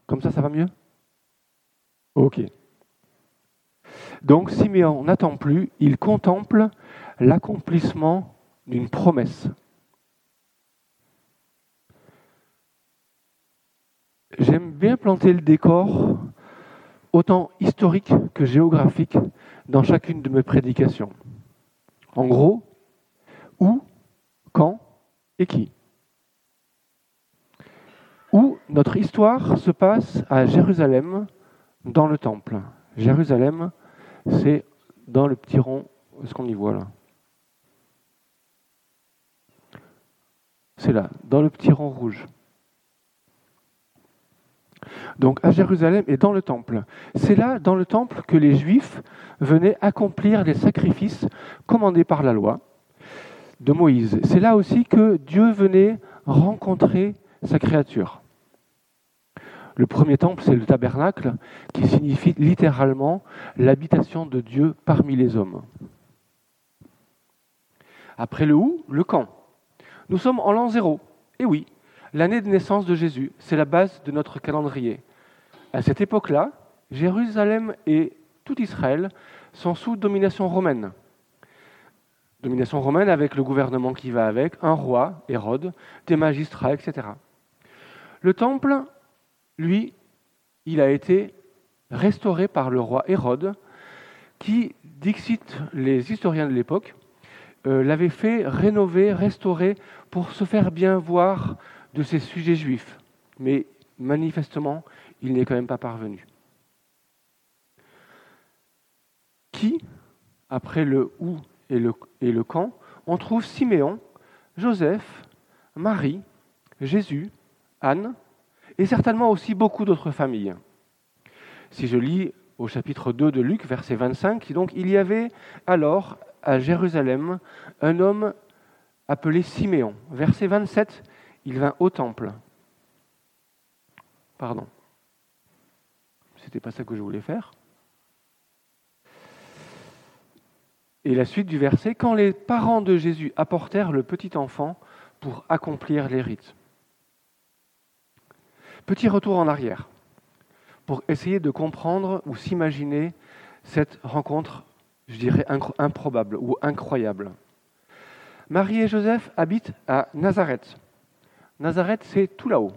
Comme ça va mieux? Ok. Donc Siméon n'attend plus, il contemple l'accomplissement d'une promesse. J'aime bien planter le décor, autant historique que géographique, dans chacune de mes prédications. En gros, où, quand et qui. Où notre histoire se passe à Jérusalem, dans le temple. Jérusalem, c'est dans le petit rond, est-ce qu'on y voit là? C'est là, dans le petit rond rouge. Donc à Jérusalem et dans le temple. C'est là, dans le temple, que les Juifs venaient accomplir les sacrifices commandés par la loi de Moïse. C'est là aussi que Dieu venait rencontrer sa créature. Le premier temple, c'est le tabernacle, qui signifie littéralement l'habitation de Dieu parmi les hommes. Après le où, le quand. Nous sommes en l'an 0. Et oui, l'année de naissance de Jésus, c'est la base de notre calendrier. À cette époque-là, Jérusalem et tout Israël sont sous domination romaine. Domination romaine avec le gouvernement qui va avec, un roi, Hérode, des magistrats, etc. Le temple, lui, il a été restauré par le roi Hérode, qui, dixit les historiens de l'époque, l'avait fait rénover, restaurer, pour se faire bien voir de ses sujets juifs. Mais manifestement, il n'est quand même pas parvenu. Qui, après le où et le quand, on trouve Siméon, Joseph, Marie, Jésus, Anne, et certainement aussi beaucoup d'autres familles. Si je lis au chapitre 2 de Luc, verset 25, donc il y avait alors à Jérusalem un homme appelé Siméon. Verset 27, il vint au temple. Pardon. C'était pas ça que je voulais faire. Et la suite du verset, quand les parents de Jésus apportèrent le petit enfant pour accomplir les rites. Petit retour en arrière, pour essayer de comprendre ou s'imaginer cette rencontre, je dirais, improbable ou incroyable. Marie et Joseph habitent à Nazareth. Nazareth, c'est tout là-haut.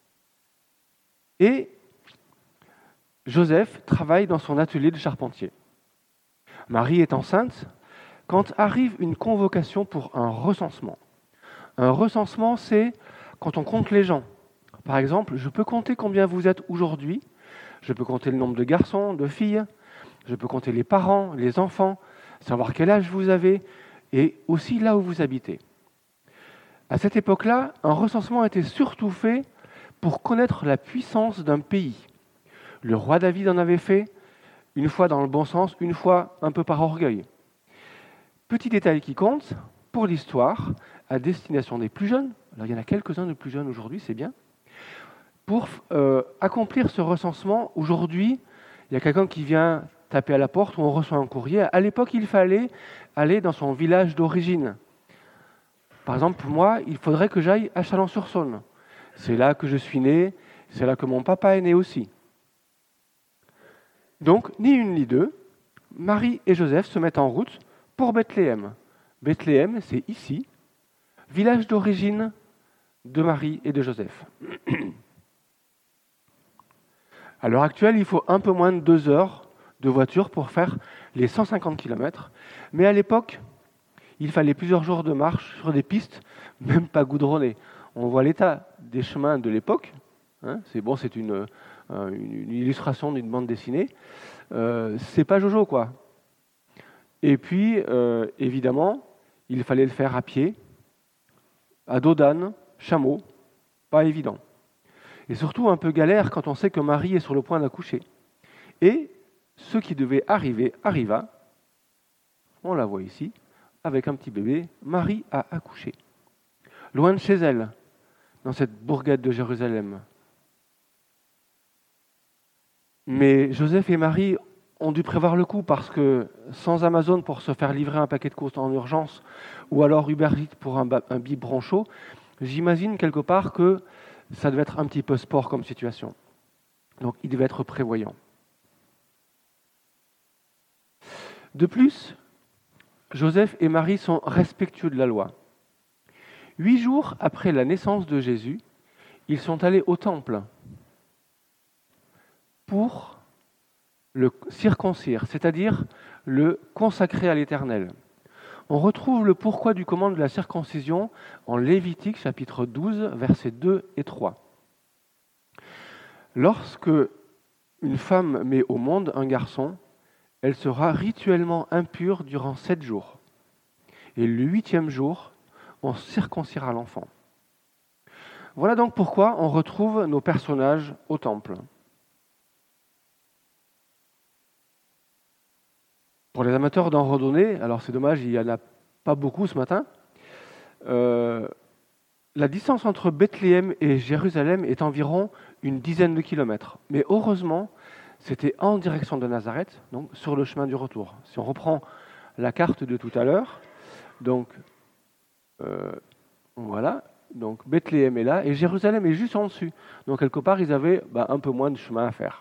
Et Joseph travaille dans son atelier de charpentier. Marie est enceinte quand arrive une convocation pour un recensement. Un recensement, c'est quand on compte les gens. Par exemple, je peux compter combien vous êtes aujourd'hui, je peux compter le nombre de garçons, de filles, je peux compter les parents, les enfants, savoir quel âge vous avez, et aussi là où vous habitez. À cette époque-là, un recensement était surtout fait pour connaître la puissance d'un pays. Le roi David en avait fait, une fois dans le bon sens, une fois un peu par orgueil. Petit détail qui compte, pour l'histoire, à destination des plus jeunes, alors il y en a quelques-uns de plus jeunes aujourd'hui, c'est bien, pour accomplir ce recensement, aujourd'hui, il y a quelqu'un qui vient taper à la porte ou on reçoit un courrier. À l'époque, il fallait aller dans son village d'origine. Par exemple, pour moi, il faudrait que j'aille à Chalon-sur-Saône. C'est là que je suis né, c'est là que mon papa est né aussi. Donc, ni une ni deux, Marie et Joseph se mettent en route pour Bethléem. Bethléem, c'est ici, village d'origine de Marie et de Joseph. À l'heure actuelle, il faut un peu moins de 2 heures de voiture pour faire les 150 km. Mais à l'époque, il fallait plusieurs jours de marche sur des pistes, même pas goudronnées. On voit l'état des chemins de l'époque. Hein, c'est une illustration d'une bande dessinée. C'est pas Jojo, quoi. Et puis, évidemment, il fallait le faire à pied, à dos d'âne, chameau, pas évident. Et surtout un peu galère quand on sait que Marie est sur le point d'accoucher. Et ce qui devait arriver arriva. On la voit ici, avec un petit bébé. Marie a accouché. Loin de chez elle, dans cette bourgade de Jérusalem. Mais Joseph et Marie ont dû prévoir le coup parce que sans Amazon pour se faire livrer un paquet de courses en urgence ou alors Uber Eats pour un biberon chaud, j'imagine quelque part que ça devait être un petit peu sport comme situation. Donc il devait être prévoyant. De plus, Joseph et Marie sont respectueux de la loi. 8 jours après la naissance de Jésus, ils sont allés au temple pour le circoncire, c'est-à-dire le consacrer à l'Éternel. On retrouve le pourquoi du comment de la circoncision en Lévitique chapitre 12, versets 2 et 3. Lorsque une femme met au monde un garçon, elle sera rituellement impure durant 7 jours. Et le 8e jour, on circoncira l'enfant. Voilà donc pourquoi on retrouve nos personnages au temple. Pour les amateurs d'en randonnée, alors c'est dommage, il n'y en a pas beaucoup ce matin, la distance entre Bethléem et Jérusalem est environ une dizaine de kilomètres. Mais heureusement, c'était en direction de Nazareth, donc sur le chemin du retour. Si on reprend la carte de tout à l'heure, donc voilà, donc Bethléem est là et Jérusalem est juste en dessus. Donc quelque part, ils avaient un peu moins de chemin à faire.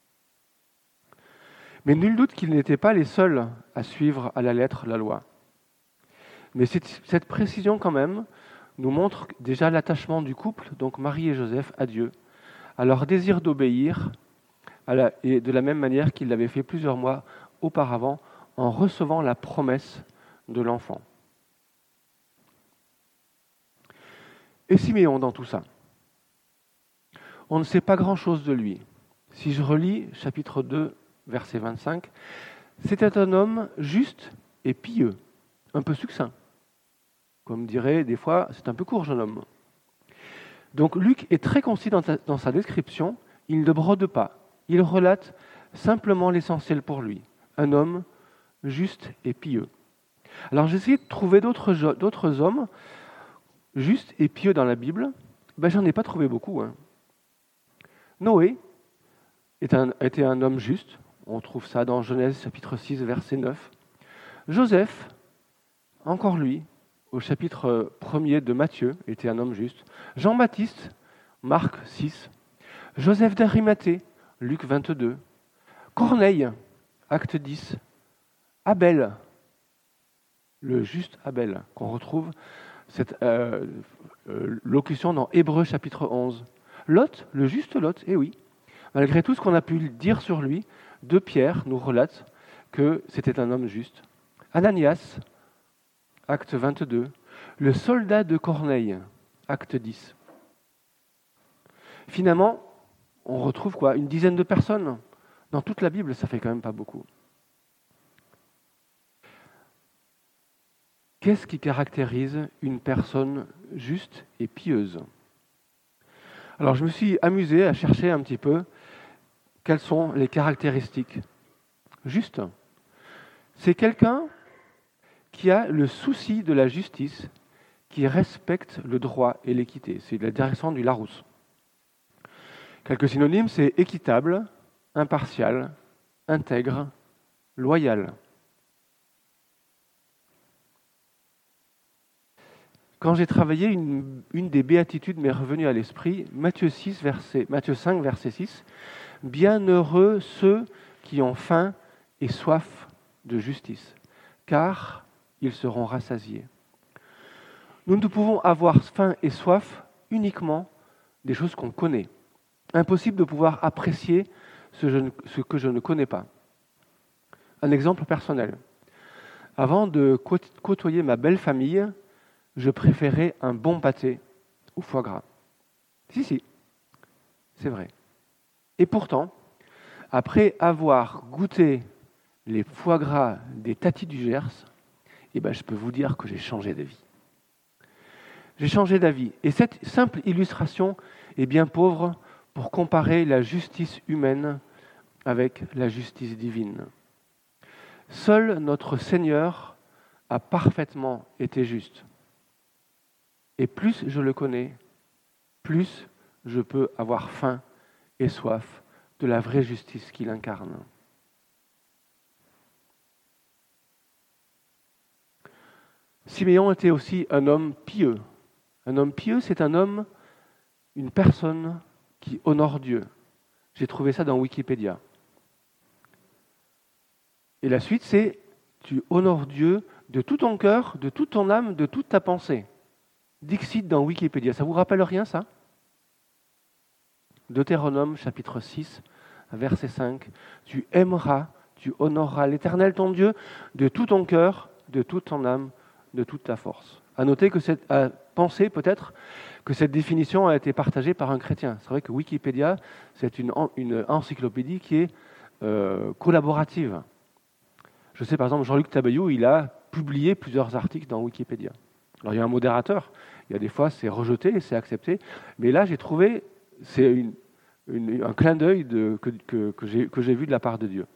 Mais nul doute qu'ils n'étaient pas les seuls à suivre à la lettre la loi. Mais cette précision quand même nous montre déjà l'attachement du couple, donc Marie et Joseph, à Dieu, à leur désir d'obéir, et de la même manière qu'ils l'avaient fait plusieurs mois auparavant en recevant la promesse de l'enfant. Et Siméon dans tout ça? On ne sait pas grand-chose de lui. Si je relis chapitre 2, verset 25, c'était un homme juste et pieux, un peu succinct. Comme dirait des fois, c'est un peu court, jeune homme. Donc Luc est très concis dans sa description, il ne brode pas, il relate simplement l'essentiel pour lui, un homme juste et pieux. Alors j'ai essayé de trouver d'autres hommes justes et pieux dans la Bible, j'en ai pas trouvé beaucoup. Noé était un homme juste, on trouve ça dans Genèse chapitre 6, verset 9. Joseph, encore lui, au chapitre 1er de Matthieu, était un homme juste. Jean-Baptiste, Marc 6. Joseph d'Arimathée, Luc 22. Corneille, Acte 10. Abel, le juste Abel, qu'on retrouve cette locution dans Hébreux chapitre 11. Lot, le juste Lot, eh oui. Malgré tout ce qu'on a pu dire sur lui, 2 Pierre nous relate que c'était un homme juste. Ananias, Acte 22. Le soldat de Corneille, Acte 10. Finalement, on retrouve quoi? Une dizaine de personnes. Dans toute la Bible, ça fait quand même pas beaucoup. Qu'est-ce qui caractérise une personne juste et pieuse? Alors je me suis amusé à chercher un petit peu quelles sont les caractéristiques. Juste, c'est quelqu'un qui a le souci de la justice, qui respecte le droit et l'équité. C'est la direction du Larousse. Quelques synonymes, c'est équitable, impartial, intègre, loyal. Quand j'ai travaillé, une des béatitudes m'est revenue à l'esprit, Matthieu 5, verset 6. « Bienheureux ceux qui ont faim et soif de justice, car ils seront rassasiés. » Nous ne pouvons avoir faim et soif uniquement des choses qu'on connaît. Impossible de pouvoir apprécier ce que je ne connais pas. Un exemple personnel. Avant de côtoyer ma belle famille, je préférais un bon pâté au foie gras. Si, c'est vrai. Et pourtant, après avoir goûté les foie gras des tatis du Gers, je peux vous dire que j'ai changé d'avis. J'ai changé d'avis. Et cette simple illustration est bien pauvre pour comparer la justice humaine avec la justice divine. Seul notre Seigneur a parfaitement été juste. Et plus je le connais, plus je peux avoir faim et soif de la vraie justice qu'il incarne. Siméon était aussi un homme pieux. Un homme pieux, c'est un homme, une personne qui honore Dieu. J'ai trouvé ça dans Wikipédia. Et la suite, c'est tu honores Dieu de tout ton cœur, de toute ton âme, de toute ta pensée. Dixit dans Wikipédia. Ça vous rappelle rien, ça? Deutéronome, chapitre 6, verset 5. Tu aimeras, tu honoreras l'Éternel ton Dieu de tout ton cœur, de toute ton âme, de toute ta force. À noter à penser peut-être que cette définition a été partagée par un chrétien. C'est vrai que Wikipédia, c'est une encyclopédie qui est collaborative. Je sais par exemple, Jean-Luc Tabayou, il a publié plusieurs articles dans Wikipédia. Alors il y a un modérateur, il y a des fois c'est rejeté, c'est accepté, mais là j'ai trouvé, c'est un clin d'œil que j'ai vu de la part de Dieu.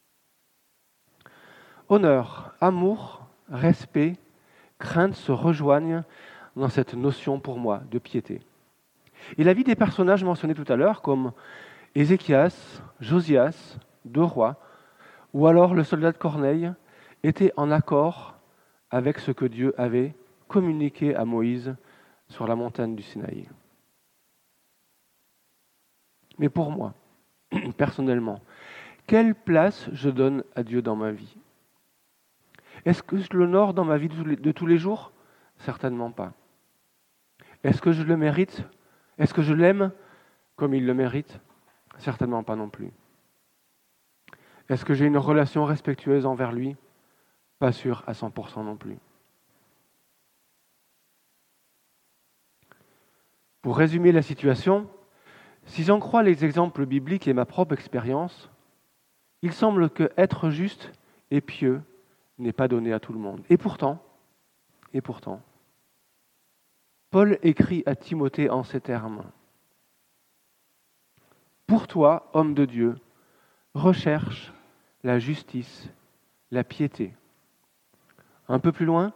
Honneur, amour, respect, crainte se rejoignent dans cette notion pour moi de piété. Et la vie des personnages mentionnés tout à l'heure, comme Ézéchias, Josias, deux rois, ou alors le soldat de Corneille, était en accord avec ce que Dieu avait communiqué à Moïse sur la montagne du Sinaï. Mais pour moi, personnellement, quelle place je donne à Dieu dans ma vie? Est-ce que je l'honore dans ma vie de tous les jours? Certainement pas. Est-ce que je le mérite? Est-ce que je l'aime comme il le mérite? Certainement pas non plus. Est-ce que j'ai une relation respectueuse envers lui? Pas sûr à 100% non plus. Pour résumer la situation, si j'en crois les exemples bibliques et ma propre expérience, il semble que être juste et pieux n'est pas donné à tout le monde. Et pourtant, Paul écrit à Timothée en ces termes. Pour toi, homme de Dieu, recherche la justice, la piété. Un peu plus loin,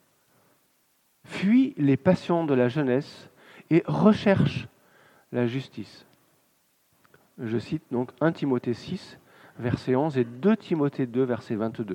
fuis les passions de la jeunesse et recherche la justice. Je cite donc 1 Timothée 6, verset 11 et 2 Timothée 2, verset 22.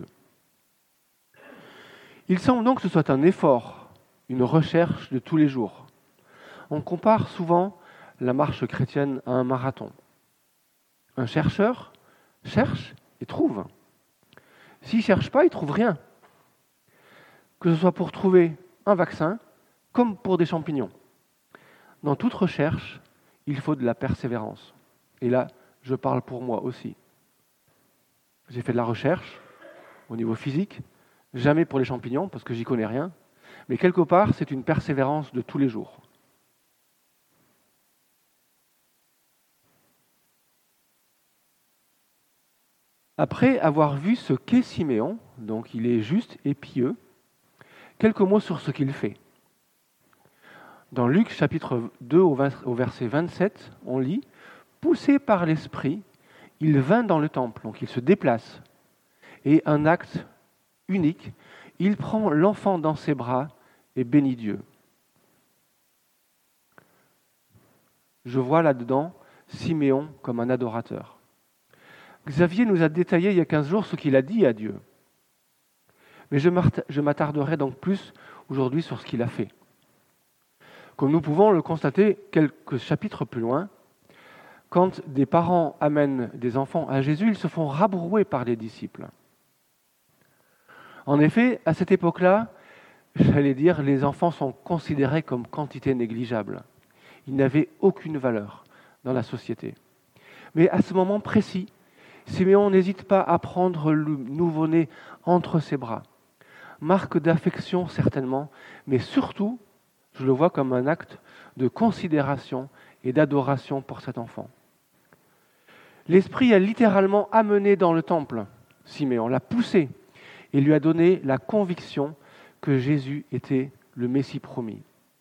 Il semble donc que ce soit un effort, une recherche de tous les jours. On compare souvent la marche chrétienne à un marathon. Un chercheur cherche et trouve. S'il ne cherche pas, il ne trouve rien. Que ce soit pour trouver un vaccin, comme pour des champignons. Dans toute recherche, il faut de la persévérance. Et là, je parle pour moi aussi. J'ai fait de la recherche au niveau physique, jamais pour les champignons, parce que j'y connais rien, mais quelque part, c'est une persévérance de tous les jours. Après avoir vu ce qu'est Siméon, donc il est juste et pieux, quelques mots sur ce qu'il fait. Dans Luc chapitre 2 au verset 27, on lit « Poussé par l'Esprit, il vint dans le temple », donc il se déplace, et un acte unique, il prend l'enfant dans ses bras et bénit Dieu. Je vois là-dedans Siméon comme un adorateur. Xavier nous a détaillé il y a 15 jours ce qu'il a dit à Dieu. Mais je m'attarderai donc plus aujourd'hui sur ce qu'il a fait. Comme nous pouvons le constater quelques chapitres plus loin, quand des parents amènent des enfants à Jésus, ils se font rabrouer par les disciples. En effet, à cette époque-là, j'allais dire, les enfants sont considérés comme quantité négligeable. Ils n'avaient aucune valeur dans la société. Mais à ce moment précis, Siméon n'hésite pas à prendre le nouveau-né entre ses bras. Marque d'affection certainement, mais surtout, je le vois comme un acte de considération et d'adoration pour cet enfant. L'Esprit a littéralement amené dans le temple Siméon, l'a poussé et lui a donné la conviction que Jésus était le Messie promis.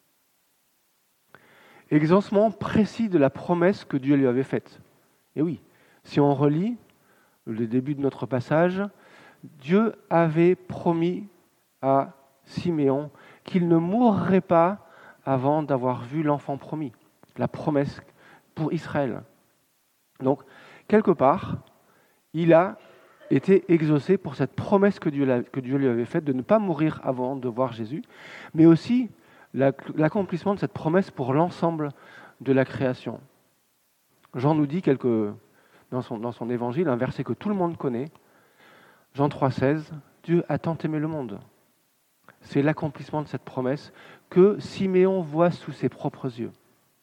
Exaucement précis de la promesse que Dieu lui avait faite. Et oui, si on relit le début de notre passage, Dieu avait promis à Siméon qu'il ne mourrait pas avant d'avoir vu l'enfant promis, la promesse pour Israël. Donc, quelque part, il a été exaucé pour cette promesse que Dieu lui avait faite de ne pas mourir avant de voir Jésus, mais aussi l'accomplissement de cette promesse pour l'ensemble de la création. Jean nous dit dans son évangile, un verset que tout le monde connaît, Jean 3,16, Dieu a tant aimé le monde. C'est l'accomplissement de cette promesse que Siméon voit sous ses propres yeux.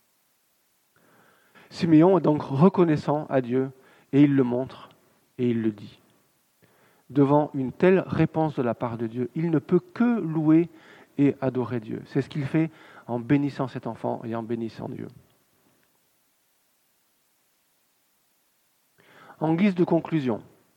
Siméon est donc reconnaissant à Dieu et il le montre et il le dit. Devant une telle réponse de la part de Dieu, il ne peut que louer et adorer Dieu. C'est ce qu'il fait en bénissant cet enfant et en bénissant Dieu. En guise de conclusion,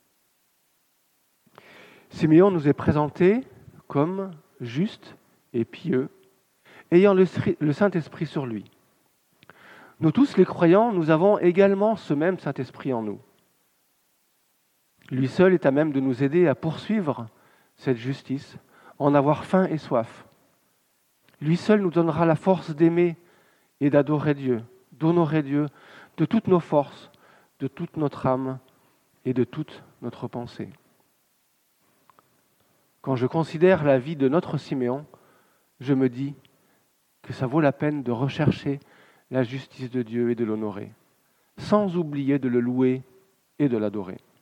Siméon nous est présenté comme juste et pieux, ayant le Saint-Esprit sur lui. Nous tous, les croyants, nous avons également ce même Saint-Esprit en nous. Lui seul est à même de nous aider à poursuivre cette justice, en avoir faim et soif. Lui seul nous donnera la force d'aimer et d'adorer Dieu, d'honorer Dieu de toutes nos forces, de toute notre âme et de toute notre pensée. Quand je considère la vie de notre Siméon, je me dis que ça vaut la peine de rechercher la justice de Dieu et de l'honorer, sans oublier de le louer et de l'adorer.